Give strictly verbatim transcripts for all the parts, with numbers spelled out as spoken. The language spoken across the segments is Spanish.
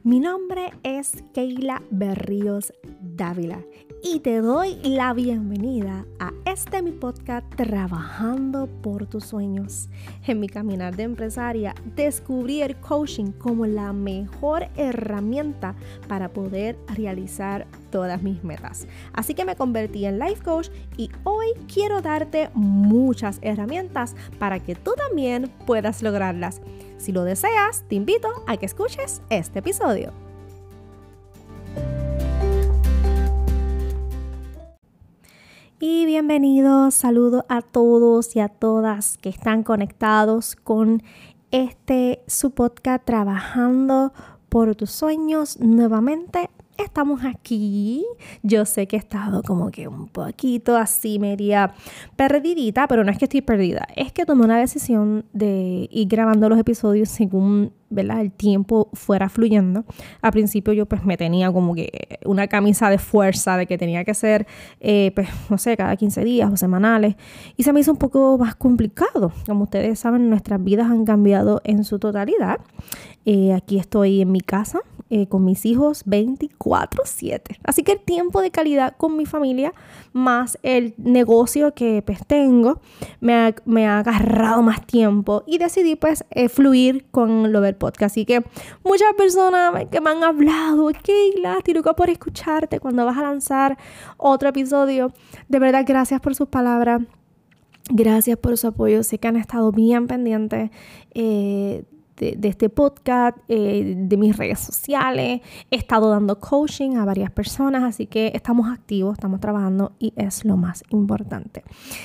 Mi nombre es Keila Berríos Dávila y te doy la bienvenida a este mi podcast Trabajando por tus sueños. En mi caminar de empresaria descubrí el coaching como la mejor herramienta para poder realizar todas mis metas. Así que me convertí en life coach y hoy quiero darte muchas herramientas para que tú también puedas lograrlas. Si lo deseas, te invito a que escuches este episodio. Y bienvenidos, saludo a todos y a todas que están conectados con este su podcast Trabajando por tus sueños. Nuevamente estamos aquí. Yo sé que he estado como que un poquito así media perdidita, pero no es que estoy perdida. Es que tomé una decisión de ir grabando los episodios según, ¿verdad?, el tiempo fuera fluyendo. Al principio yo pues me tenía como que una camisa de fuerza de que tenía que ser, eh, pues no sé, cada quince días o semanales. Y se me hizo un poco más complicado. Como ustedes saben, nuestras vidas han cambiado en su totalidad. Eh, aquí estoy en mi casa eh, con mis hijos veinticuatro siete. Así que el tiempo de calidad con mi familia más el negocio que pues tengo me ha, me ha agarrado más tiempo y decidí pues eh, fluir con lo del podcast. Así que muchas personas que me han hablado, Keila, estoy loca por escucharte cuando vas a lanzar otro episodio. De verdad, gracias por sus palabras. Gracias por su apoyo. Sé que han estado bien pendientes eh, de, de este podcast, eh, de mis redes sociales. He estado dando coaching a varias personas, así que estamos activos, estamos trabajando y es lo más importante.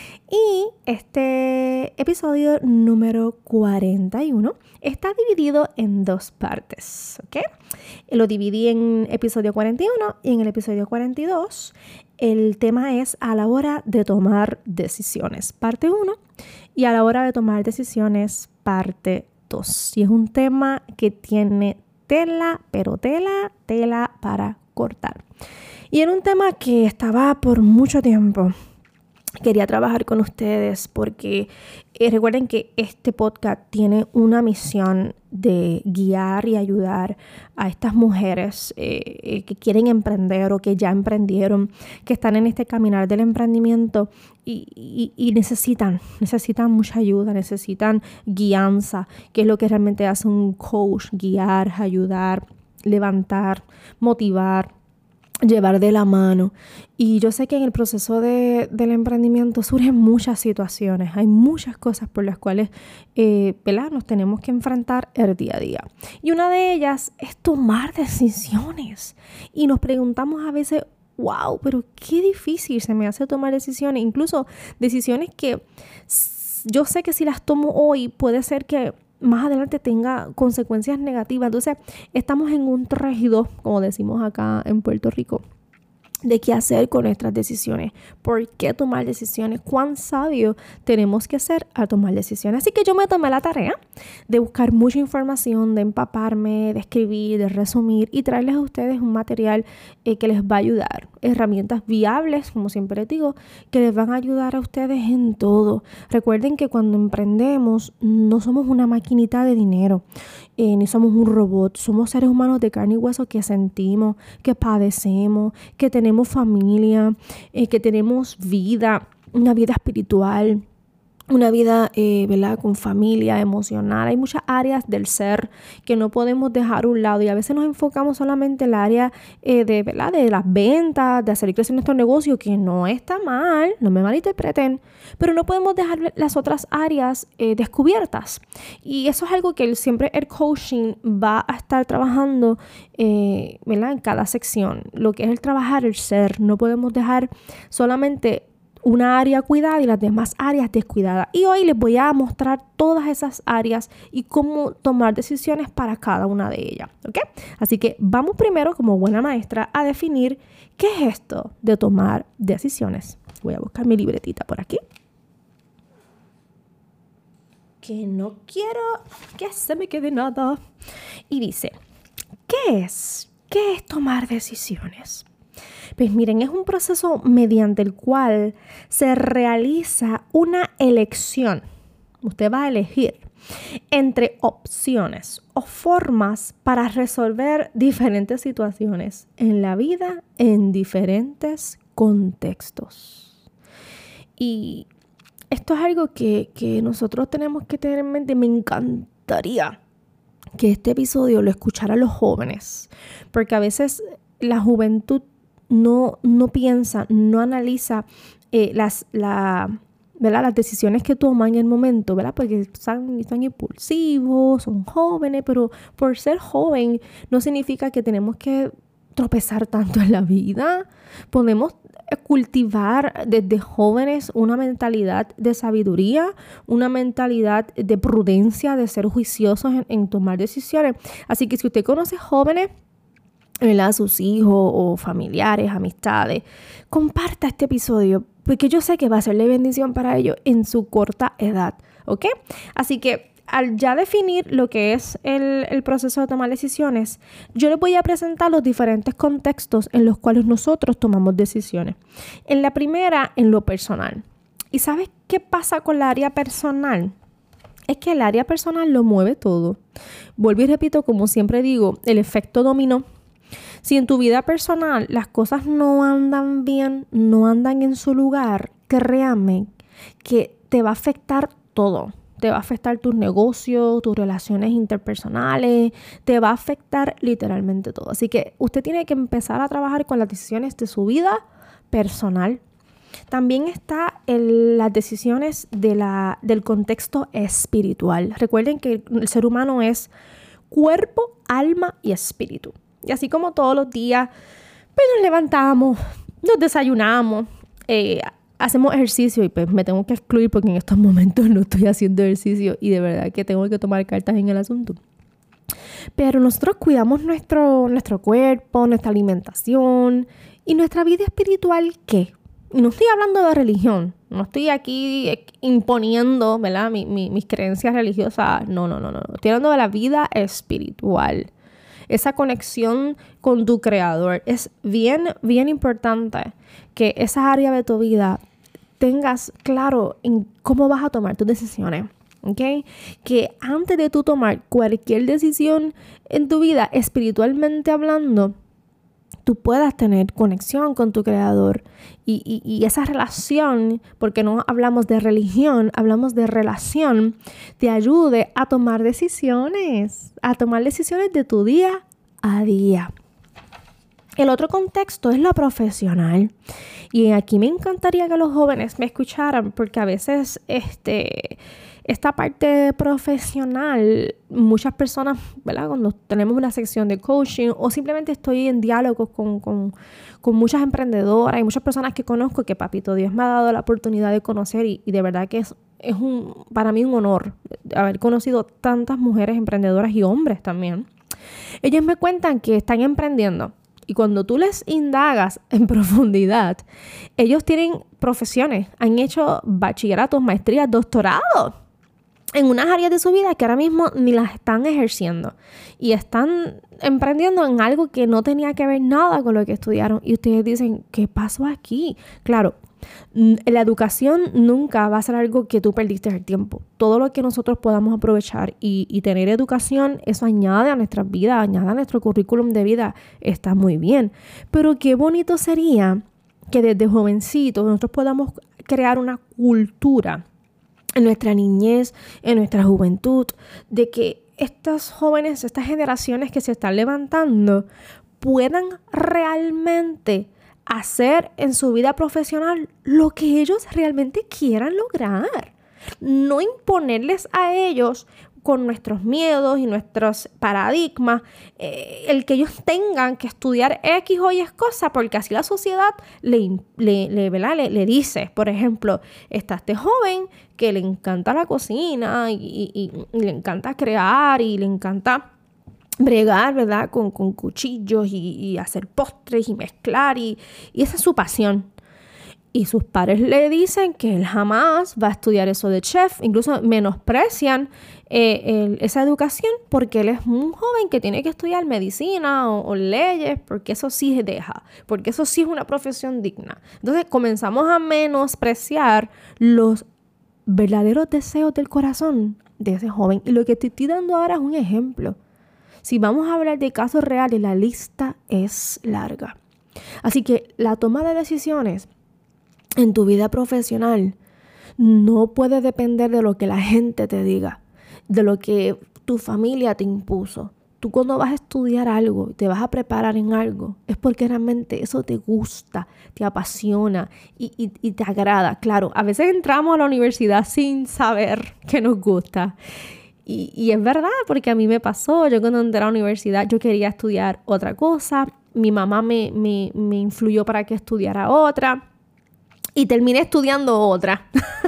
Y este episodio número cuarenta y uno está dividido en dos partes, ¿ok? Lo dividí en episodio cuarenta y uno y en el episodio cuarenta y dos. El tema es a la hora de tomar decisiones, parte uno, y a la hora de tomar decisiones, parte dos. Y es un tema que tiene tela, pero tela, tela para cortar. Y era un tema que estaba por mucho tiempo. Quería trabajar con ustedes porque eh, recuerden que este podcast tiene una misión de guiar y ayudar a estas mujeres eh, que quieren emprender o que ya emprendieron, que están en este caminar del emprendimiento y, y, y necesitan, necesitan mucha ayuda, necesitan guianza, que es lo que realmente hace un coach: guiar, ayudar, levantar, motivar, llevar de la mano. Y yo sé que en el proceso de, del emprendimiento surgen muchas situaciones, hay muchas cosas por las cuales eh, ¿verdad?, nos tenemos que enfrentar el día a día. Y una de ellas es tomar decisiones. Y nos preguntamos a veces, wow, pero qué difícil se me hace tomar decisiones, incluso decisiones que yo sé que si las tomo hoy puede ser que más adelante tenga consecuencias negativas. Entonces, estamos en un tres y dos, como decimos acá en Puerto Rico, de qué hacer con nuestras decisiones, por qué tomar decisiones, cuán sabio tenemos que ser al tomar decisiones. Así que yo me tomé la tarea de buscar mucha información, de empaparme, de escribir, de resumir y traerles a ustedes un material eh, que les va a ayudar. Herramientas viables, como siempre les digo, que les van a ayudar a ustedes en todo. Recuerden que cuando emprendemos no somos una maquinita de dinero, eh, ni somos un robot. Somos seres humanos de carne y hueso que sentimos, que padecemos, que tenemos familia, eh, que tenemos vida, una vida espiritual, una vida eh, ¿verdad?, con familia, emocional. Hay muchas áreas del ser que no podemos dejar a un lado y a veces nos enfocamos solamente en el área eh, de, ¿verdad?, de las ventas, de hacer crecer nuestro negocio, que no está mal, no me malinterpreten, pero no podemos dejar las otras áreas eh, descubiertas. Y eso es algo que el, siempre el coaching va a estar trabajando eh, ¿verdad?, en cada sección. Lo que es el trabajar el ser, no podemos dejar solamente una área cuidada y las demás áreas descuidadas. Y hoy les voy a mostrar todas esas áreas y cómo tomar decisiones para cada una de ellas, ¿ok? Así que vamos primero, como buena maestra, a definir qué es esto de tomar decisiones. Voy a buscar mi libretita por aquí, que no quiero que se me quede nada. Y dice, ¿qué es? ¿Qué es tomar decisiones? Pues miren, es un proceso mediante el cual se realiza una elección, usted va a elegir entre opciones o formas para resolver diferentes situaciones en la vida en diferentes contextos. Y esto es algo que, que nosotros tenemos que tener en mente. Me encantaría que este episodio lo escucharan los jóvenes, porque a veces la juventud no, no piensa, no analiza eh, las, la, ¿verdad? las decisiones que toman en el momento, ¿verdad? Porque son, son impulsivos, son jóvenes, pero por ser joven no significa que tenemos que tropezar tanto en la vida. Podemos cultivar desde jóvenes una mentalidad de sabiduría, una mentalidad de prudencia, de ser juiciosos en, en tomar decisiones. Así que si usted conoce jóvenes, ¿verdad? Sus hijos o familiares, amistades, comparta este episodio, porque yo sé que va a ser de bendición para ellos en su corta edad, ¿ok? Así que al ya definir lo que es el, el proceso de tomar decisiones, yo les voy a presentar los diferentes contextos en los cuales nosotros tomamos decisiones. En la primera, en lo personal. ¿Y sabes qué pasa con la área personal? Es que el área personal lo mueve todo. Vuelvo y repito, como siempre digo, el efecto dominó. Si en tu vida personal las cosas no andan bien, no andan en su lugar, créame que te va a afectar todo. Te va a afectar tus negocios, tus relaciones interpersonales, te va a afectar literalmente todo. Así que usted tiene que empezar a trabajar con las decisiones de su vida personal. También está el, las decisiones de la, del contexto espiritual. Recuerden que el ser humano es cuerpo, alma y espíritu. Y así como todos los días, pues nos levantamos, nos desayunamos, eh, hacemos ejercicio y pues me tengo que excluir porque en estos momentos no estoy haciendo ejercicio y de verdad que tengo que tomar cartas en el asunto. Pero nosotros cuidamos nuestro, nuestro cuerpo, nuestra alimentación y nuestra vida espiritual, ¿qué? Y no estoy hablando de religión, no estoy aquí imponiendo, ¿verdad? Mi, mi, mis creencias religiosas, no, no, no, no. Estoy hablando de la vida espiritual. Esa conexión con tu creador. Es bien, bien importante que esa área de tu vida tengas claro en cómo vas a tomar tus decisiones. ¿Ok? Que antes de tú tomar cualquier decisión en tu vida, espiritualmente hablando, tú puedas tener conexión con tu creador y, y, y esa relación, porque no hablamos de religión, hablamos de relación, te ayude a tomar decisiones, a tomar decisiones de tu día a día. El otro contexto es lo profesional. Y aquí me encantaría que los jóvenes me escucharan, porque a veces este, esta parte profesional, muchas personas, ¿verdad? Cuando tenemos una sección de coaching o simplemente estoy en diálogos con, con, con muchas emprendedoras y muchas personas que conozco, que Papito Dios me ha dado la oportunidad de conocer y, y de verdad que es, es un, para mí un honor haber conocido tantas mujeres emprendedoras y hombres también. Ellos me cuentan que están emprendiendo. Y cuando tú les indagas en profundidad, ellos tienen profesiones, han hecho bachilleratos, maestrías, doctorados en unas áreas de su vida que ahora mismo ni las están ejerciendo. Y están emprendiendo en algo que no tenía que ver nada con lo que estudiaron. Y ustedes dicen, ¿qué pasó aquí? Claro, la educación nunca va a ser algo que tú perdiste el tiempo. Todo lo que nosotros podamos aprovechar y, y tener educación, eso añade a nuestras vidas, añade a nuestro currículum de vida, está muy bien. Pero qué bonito sería que desde jovencitos nosotros podamos crear una cultura en nuestra niñez, en nuestra juventud, de que estos jóvenes, estas generaciones que se están levantando, puedan realmente hacer en su vida profesional lo que ellos realmente quieran lograr. No imponerles a ellos con nuestros miedos y nuestros paradigmas eh, el que ellos tengan que estudiar X o Y cosa, porque así la sociedad le, le, le, ¿verdad? le, le dice, por ejemplo, está este joven que le encanta la cocina y, y, y le encanta crear y le encanta bregar, ¿verdad? Con, con cuchillos y, y hacer postres y mezclar y, y esa es su pasión. Y sus padres le dicen que él jamás va a estudiar eso de chef, incluso menosprecian eh, el, esa educación porque él es un joven que tiene que estudiar medicina o, o leyes, porque eso sí se deja, porque eso sí es una profesión digna. Entonces comenzamos a menospreciar los verdaderos deseos del corazón de ese joven. Y lo que te estoy dando ahora es un ejemplo. Si vamos a hablar de casos reales, la lista es larga. Así que la toma de decisiones en tu vida profesional no puede depender de lo que la gente te diga, de lo que tu familia te impuso. Tú cuando vas a estudiar algo, te vas a preparar en algo, es porque realmente eso te gusta, te apasiona y, y, y te agrada. Claro, a veces entramos a la universidad sin saber qué nos gusta. Y, y es verdad, porque a mí me pasó. Yo cuando entré a la universidad, yo quería estudiar otra cosa. Mi mamá me, me, me influyó para que estudiara otra. Y terminé estudiando otra.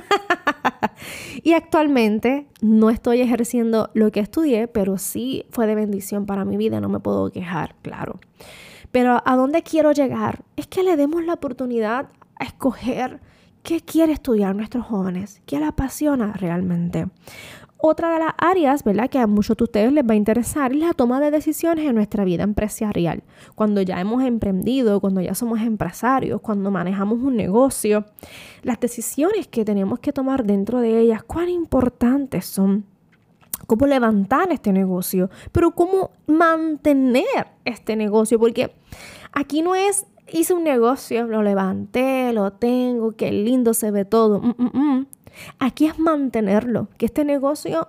Y actualmente no estoy ejerciendo lo que estudié, pero sí fue de bendición para mi vida. No me puedo quejar, claro. Pero ¿a dónde quiero llegar? Es que le demos la oportunidad a escoger qué quiere estudiar nuestros jóvenes, qué le apasiona realmente. Otra de las áreas, ¿verdad?, que a muchos de ustedes les va a interesar es la toma de decisiones en nuestra vida empresarial. Cuando ya hemos emprendido, cuando ya somos empresarios, cuando manejamos un negocio, las decisiones que tenemos que tomar dentro de ellas, cuán importantes son. Cómo levantar este negocio, pero cómo mantener este negocio, porque aquí no es hice un negocio, lo levanté, lo tengo, qué lindo se ve todo. Mm, mm, mm. Aquí es mantenerlo, que este negocio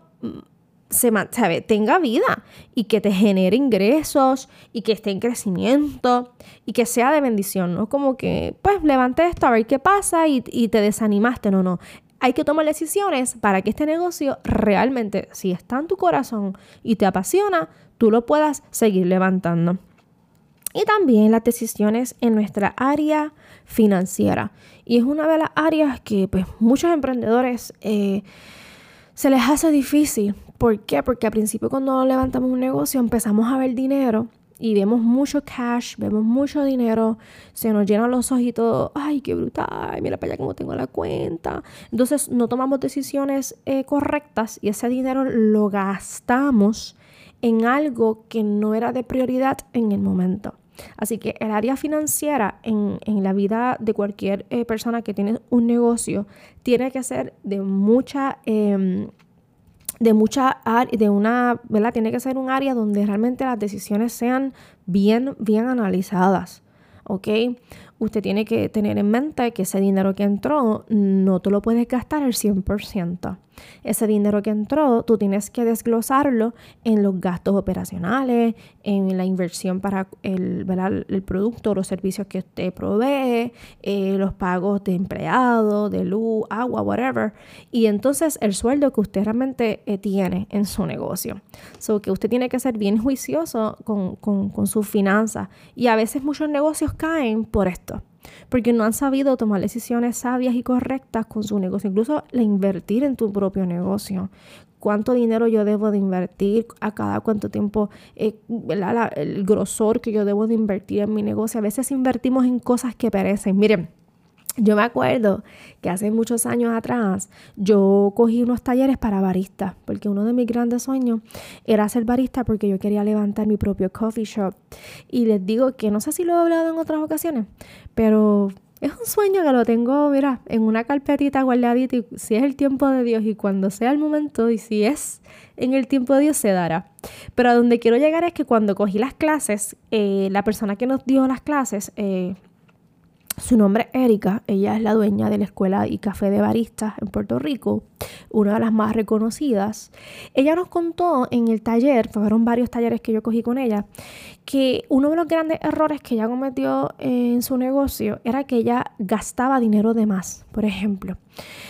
se, sabe, tenga vida y que te genere ingresos y que esté en crecimiento y que sea de bendición, ¿no? Como que, pues, levanté esto a ver qué pasa y, y te desanimaste. No, no. Hay que tomar decisiones para que este negocio realmente, si está en tu corazón y te apasiona, tú lo puedas seguir levantando. Y también las decisiones en nuestra área financiera. Y es una de las áreas que pues muchos emprendedores eh, se les hace difícil. ¿Por qué? Porque al principio cuando levantamos un negocio empezamos a ver dinero y vemos mucho cash, vemos mucho dinero, se nos llenan los ojitos, ¡ay, qué brutal! Mira para allá cómo tengo la cuenta. Entonces no tomamos decisiones eh, correctas y ese dinero lo gastamos en algo que no era de prioridad en el momento. Así que el área financiera en, en la vida de cualquier eh, persona que tiene un negocio tiene que ser de mucha, eh, de mucha de una, ¿verdad? Tiene que ser un área donde realmente las decisiones sean bien, bien analizadas, ¿ok? Usted tiene que tener en mente que ese dinero que entró no te lo puedes gastar al cien por ciento. Ese dinero que entró, tú tienes que desglosarlo en los gastos operacionales, en la inversión para el, ¿verdad?, el producto o los servicios que usted provee, eh, los pagos de empleados, de luz, agua, whatever. Y entonces el sueldo que usted realmente eh, tiene en su negocio. So que usted tiene que ser bien juicioso con, con, con sus finanzas. Y a veces muchos negocios caen por esto, porque no han sabido tomar decisiones sabias y correctas con su negocio. Incluso la invertir en tu propio negocio. ¿Cuánto dinero yo debo de invertir? ¿A cada cuánto tiempo? Eh, la, la, el grosor que yo debo de invertir en mi negocio. A veces invertimos en cosas que perecen. Miren, yo me acuerdo que hace muchos años atrás yo cogí unos talleres para baristas, porque uno de mis grandes sueños era ser barista porque yo quería levantar mi propio coffee shop. Y les digo que no sé si lo he hablado en otras ocasiones, pero es un sueño que lo tengo, mira, en una carpetita guardadita, y si es el tiempo de Dios y cuando sea el momento y si es en el tiempo de Dios se dará. Pero a donde quiero llegar es que cuando cogí las clases, eh, la persona que nos dio las clases, eh, su nombre es Erika, ella es la dueña de la escuela y café de baristas en Puerto Rico, una de las más reconocidas. Ella nos contó en el taller, fueron varios talleres que yo cogí con ella, que uno de los grandes errores que ella cometió en su negocio era que ella gastaba dinero de más. Por ejemplo,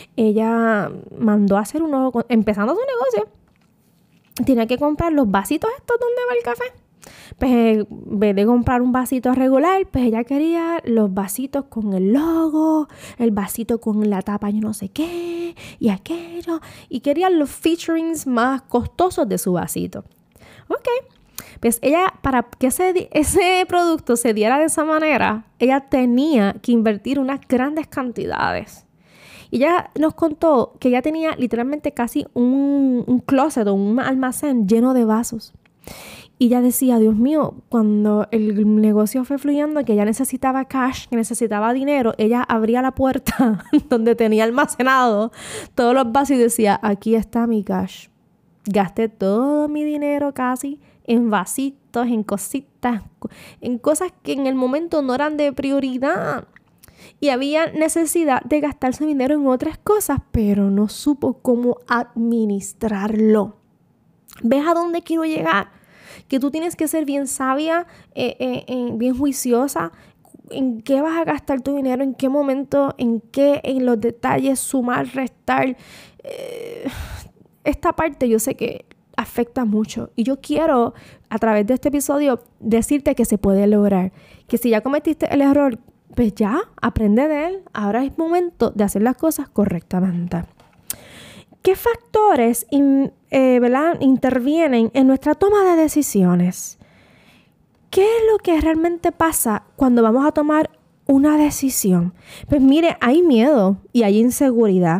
ella mandó a hacer uno, empezando su negocio, tenía que comprar los vasitos estos donde va el café. Pues en vez de comprar un vasito regular, pues ella quería los vasitos con el logo, el vasito con la tapa yo no sé qué y aquello, y quería los featurings más costosos de su vasito. Ok, pues ella, para que ese, ese producto se diera de esa manera, ella tenía que invertir unas grandes cantidades. Y ella nos contó que ella tenía literalmente casi un, un closet o un almacén lleno de vasos. Y ella decía, Dios mío, cuando el negocio fue fluyendo, que ella necesitaba cash, que necesitaba dinero, ella abría la puerta donde tenía almacenado todos los vasos y decía, aquí está mi cash. Gasté todo mi dinero casi en vasitos, en cositas, en cosas que en el momento no eran de prioridad. Y había necesidad de gastar su dinero en otras cosas, pero no supo cómo administrarlo. ¿Ves a dónde quiero llegar? Que tú tienes que ser bien sabia, eh, eh, eh, bien juiciosa. ¿En qué vas a gastar tu dinero? ¿En qué momento? ¿En qué? En los detalles, sumar, restar. Eh, esta parte yo sé que afecta mucho. Y yo quiero, a través de este episodio, decirte que se puede lograr. Que si ya cometiste el error, pues ya, aprende de él. Ahora es momento de hacer las cosas correctamente. ¿Qué factores in, eh, ¿verdad? intervienen en nuestra toma de decisiones? ¿Qué es lo que realmente pasa cuando vamos a tomar una decisión? Pues mire, hay miedo y hay inseguridad.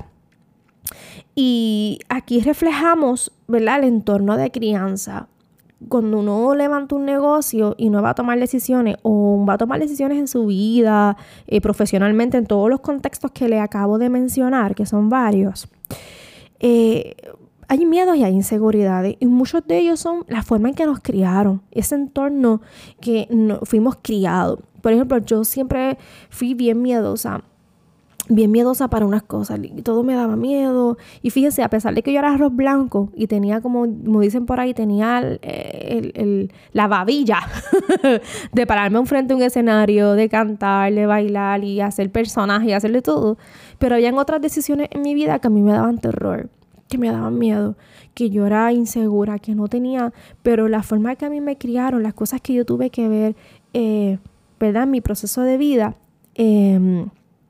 Y aquí reflejamos, ¿verdad?, el entorno de crianza. Cuando uno levanta un negocio y no va a tomar decisiones o va a tomar decisiones en su vida, eh, profesionalmente, en todos los contextos que le acabo de mencionar, que son varios, Eh, hay miedos y hay inseguridades, y muchos de ellos son la forma en que nos criaron, ese entorno que no, fuimos criados. Por ejemplo, yo siempre fui bien miedosa, bien miedosa para unas cosas, y todo me daba miedo. Y fíjense, a pesar de que yo era arroz blanco y tenía, como, como dicen por ahí, tenía el, el, el, la babilla de pararme enfrente de un escenario, de cantar, de bailar y hacer personajes y hacerle todo, pero habían otras decisiones en mi vida que a mí me daban terror, que me daban miedo, que yo era insegura, que no tenía, pero la forma que a mí me criaron, las cosas que yo tuve que ver, eh, ¿verdad?, en mi proceso de vida, eh,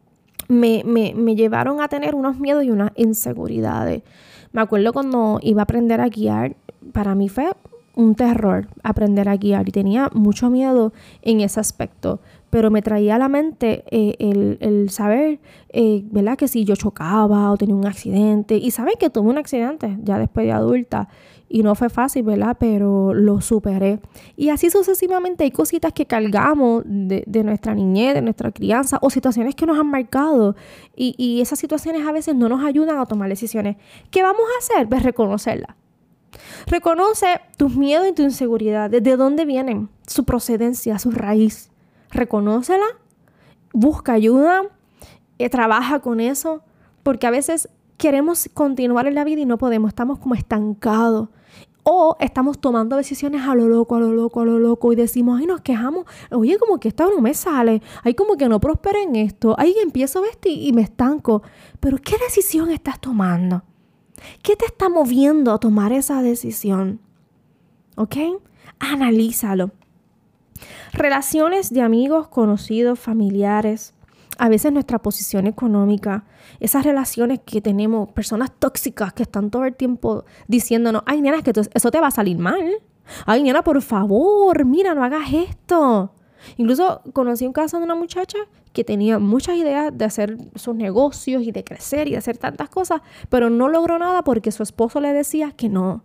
Me, me, me llevaron a tener unos miedos y unas inseguridades. Me acuerdo cuando iba a aprender a guiar, para mí fue un terror aprender a guiar y tenía mucho miedo en ese aspecto, pero me traía a la mente eh, el, el saber, eh, ¿verdad?, que si yo chocaba o tenía un accidente, y saben que tuve un accidente ya después de adulta y no fue fácil, ¿verdad?, pero lo superé. Y así sucesivamente hay cositas que cargamos de, de nuestra niñez, de nuestra crianza, o situaciones que nos han marcado, y, y esas situaciones a veces no nos ayudan a tomar decisiones. ¿Qué vamos a hacer? Pues reconocerlas. Reconoce tus miedos y tu inseguridad, desde dónde vienen, su procedencia, su raíz. Reconócela, busca ayuda, eh, trabaja con eso, porque a veces queremos continuar en la vida y no podemos, estamos como estancados. O estamos tomando decisiones a lo loco, a lo loco, a lo loco, y decimos, ay, nos quejamos, oye, como que esto no me sale, ay, como que no prospero en esto, ay, empiezo esto y, y me estanco. Pero ¿qué decisión estás tomando? ¿Qué te está moviendo a tomar esa decisión? ¿Ok? Analízalo. Relaciones de amigos, conocidos, familiares. A veces nuestra posición económica, esas relaciones que tenemos, personas tóxicas que están todo el tiempo diciéndonos, ay, nena, es que eso te va a salir mal. Ay, nena, por favor, mira, no hagas esto. Incluso conocí un caso de una muchacha que tenía muchas ideas de hacer sus negocios y de crecer y de hacer tantas cosas, pero no logró nada porque su esposo le decía que no.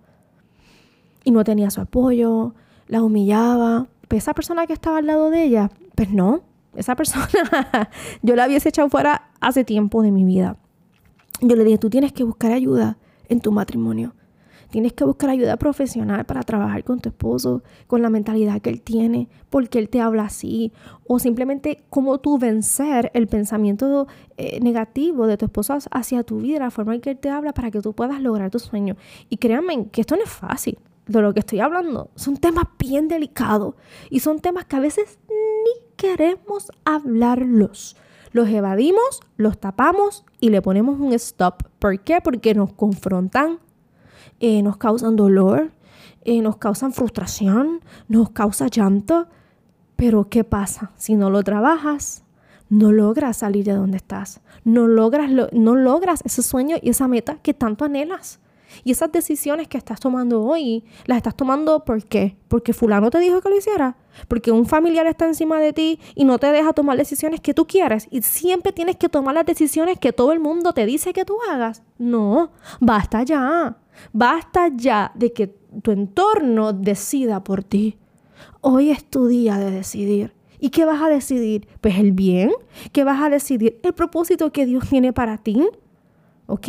Y no tenía su apoyo, la humillaba. Pero esa persona que estaba al lado de ella, pues no. Esa persona yo la hubiese echado fuera hace tiempo de mi vida. Yo le dije, tú tienes que buscar ayuda en tu matrimonio. Tienes que buscar ayuda profesional para trabajar con tu esposo, con la mentalidad que él tiene, porque él te habla así. O simplemente cómo tú vencer el pensamiento eh, negativo de tu esposo hacia tu vida, la forma en que él te habla, para que tú puedas lograr tus sueños. Y créanme que esto no es fácil. De lo que estoy hablando son temas bien delicados y son temas que a veces ni queremos hablarlos. Los evadimos, los tapamos y le ponemos un stop. ¿Por qué? Porque nos confrontan, eh, nos causan dolor, eh, nos causan frustración, nos causa llanto. Pero ¿qué pasa? Si no lo trabajas, no logras salir de donde estás. No logras, lo, no logras ese sueño y esa meta que tanto anhelas. Y esas decisiones que estás tomando hoy, las estás tomando ¿por qué? Porque fulano te dijo que lo hiciera. Porque un familiar está encima de ti y no te deja tomar decisiones que tú quieres. Y siempre tienes que tomar las decisiones que todo el mundo te dice que tú hagas. No, basta ya. Basta ya de que tu entorno decida por ti. Hoy es tu día de decidir. ¿Y qué vas a decidir? Pues el bien. ¿Qué vas a decidir? El propósito que Dios tiene para ti. ¿Ok?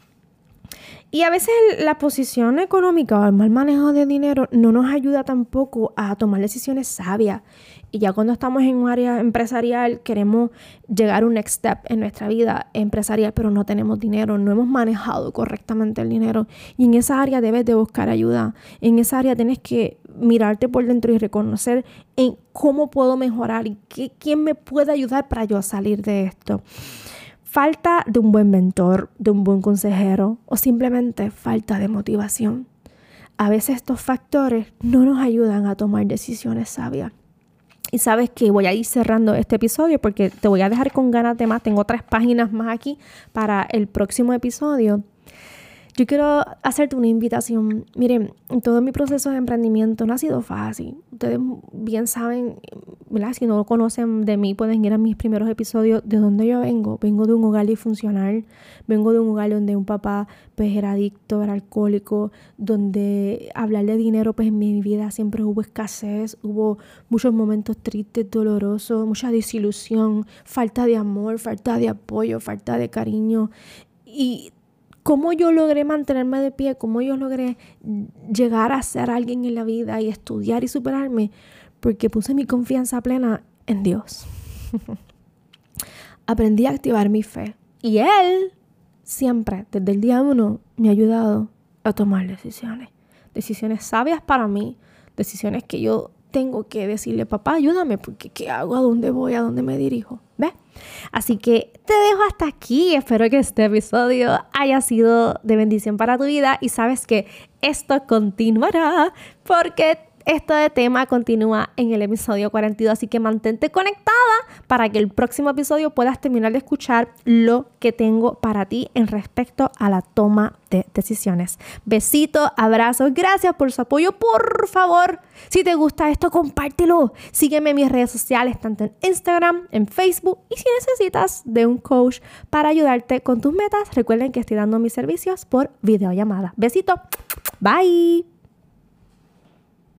Y a veces la posición económica o el mal manejo de dinero no nos ayuda tampoco a tomar decisiones sabias. Y ya cuando estamos en un área empresarial, queremos llegar a un next step en nuestra vida empresarial, pero no tenemos dinero, no hemos manejado correctamente el dinero. Y en esa área debes de buscar ayuda. En esa área tienes que mirarte por dentro y reconocer en cómo puedo mejorar y qué, quién me puede ayudar para yo salir de esto. Falta de un buen mentor, de un buen consejero o simplemente falta de motivación. A veces estos factores no nos ayudan a tomar decisiones sabias. Y sabes que voy a ir cerrando este episodio porque te voy a dejar con ganas de más. Tengo tres páginas más aquí para el próximo episodio. Yo quiero hacerte una invitación. Miren, todo mi proceso de emprendimiento no ha sido fácil. Ustedes bien saben, ¿verdad? Si no lo conocen de mí, pueden ir a mis primeros episodios de dónde yo vengo. Vengo de un hogar disfuncional. Vengo de un hogar donde un papá pues era adicto, era alcohólico, donde hablar de dinero pues en mi vida siempre hubo escasez, hubo muchos momentos tristes, dolorosos, mucha desilusión, falta de amor, falta de apoyo, falta de cariño. Y cómo yo logré mantenerme de pie, cómo yo logré llegar a ser alguien en la vida y estudiar y superarme, porque puse mi confianza plena en Dios. Aprendí a activar mi fe y Él siempre, desde el día uno, me ha ayudado a tomar decisiones. Decisiones sabias para mí, decisiones que yo tengo que decirle, papá, ayúdame, porque ¿qué hago? ¿A dónde voy? ¿A dónde me dirijo? ¿Ves? Así que te dejo hasta aquí. Espero que este episodio haya sido de bendición para tu vida y sabes que esto continuará porque esto de tema continúa en el episodio cuarenta y dos, así que mantente conectada para que el próximo episodio puedas terminar de escuchar lo que tengo para ti en respecto a la toma de decisiones. Besitos, abrazos, gracias por su apoyo. Por favor, si te gusta esto, compártelo. Sígueme en mis redes sociales, tanto en Instagram, en Facebook, y si necesitas de un coach para ayudarte con tus metas, recuerden que estoy dando mis servicios por videollamada. Besitos, bye.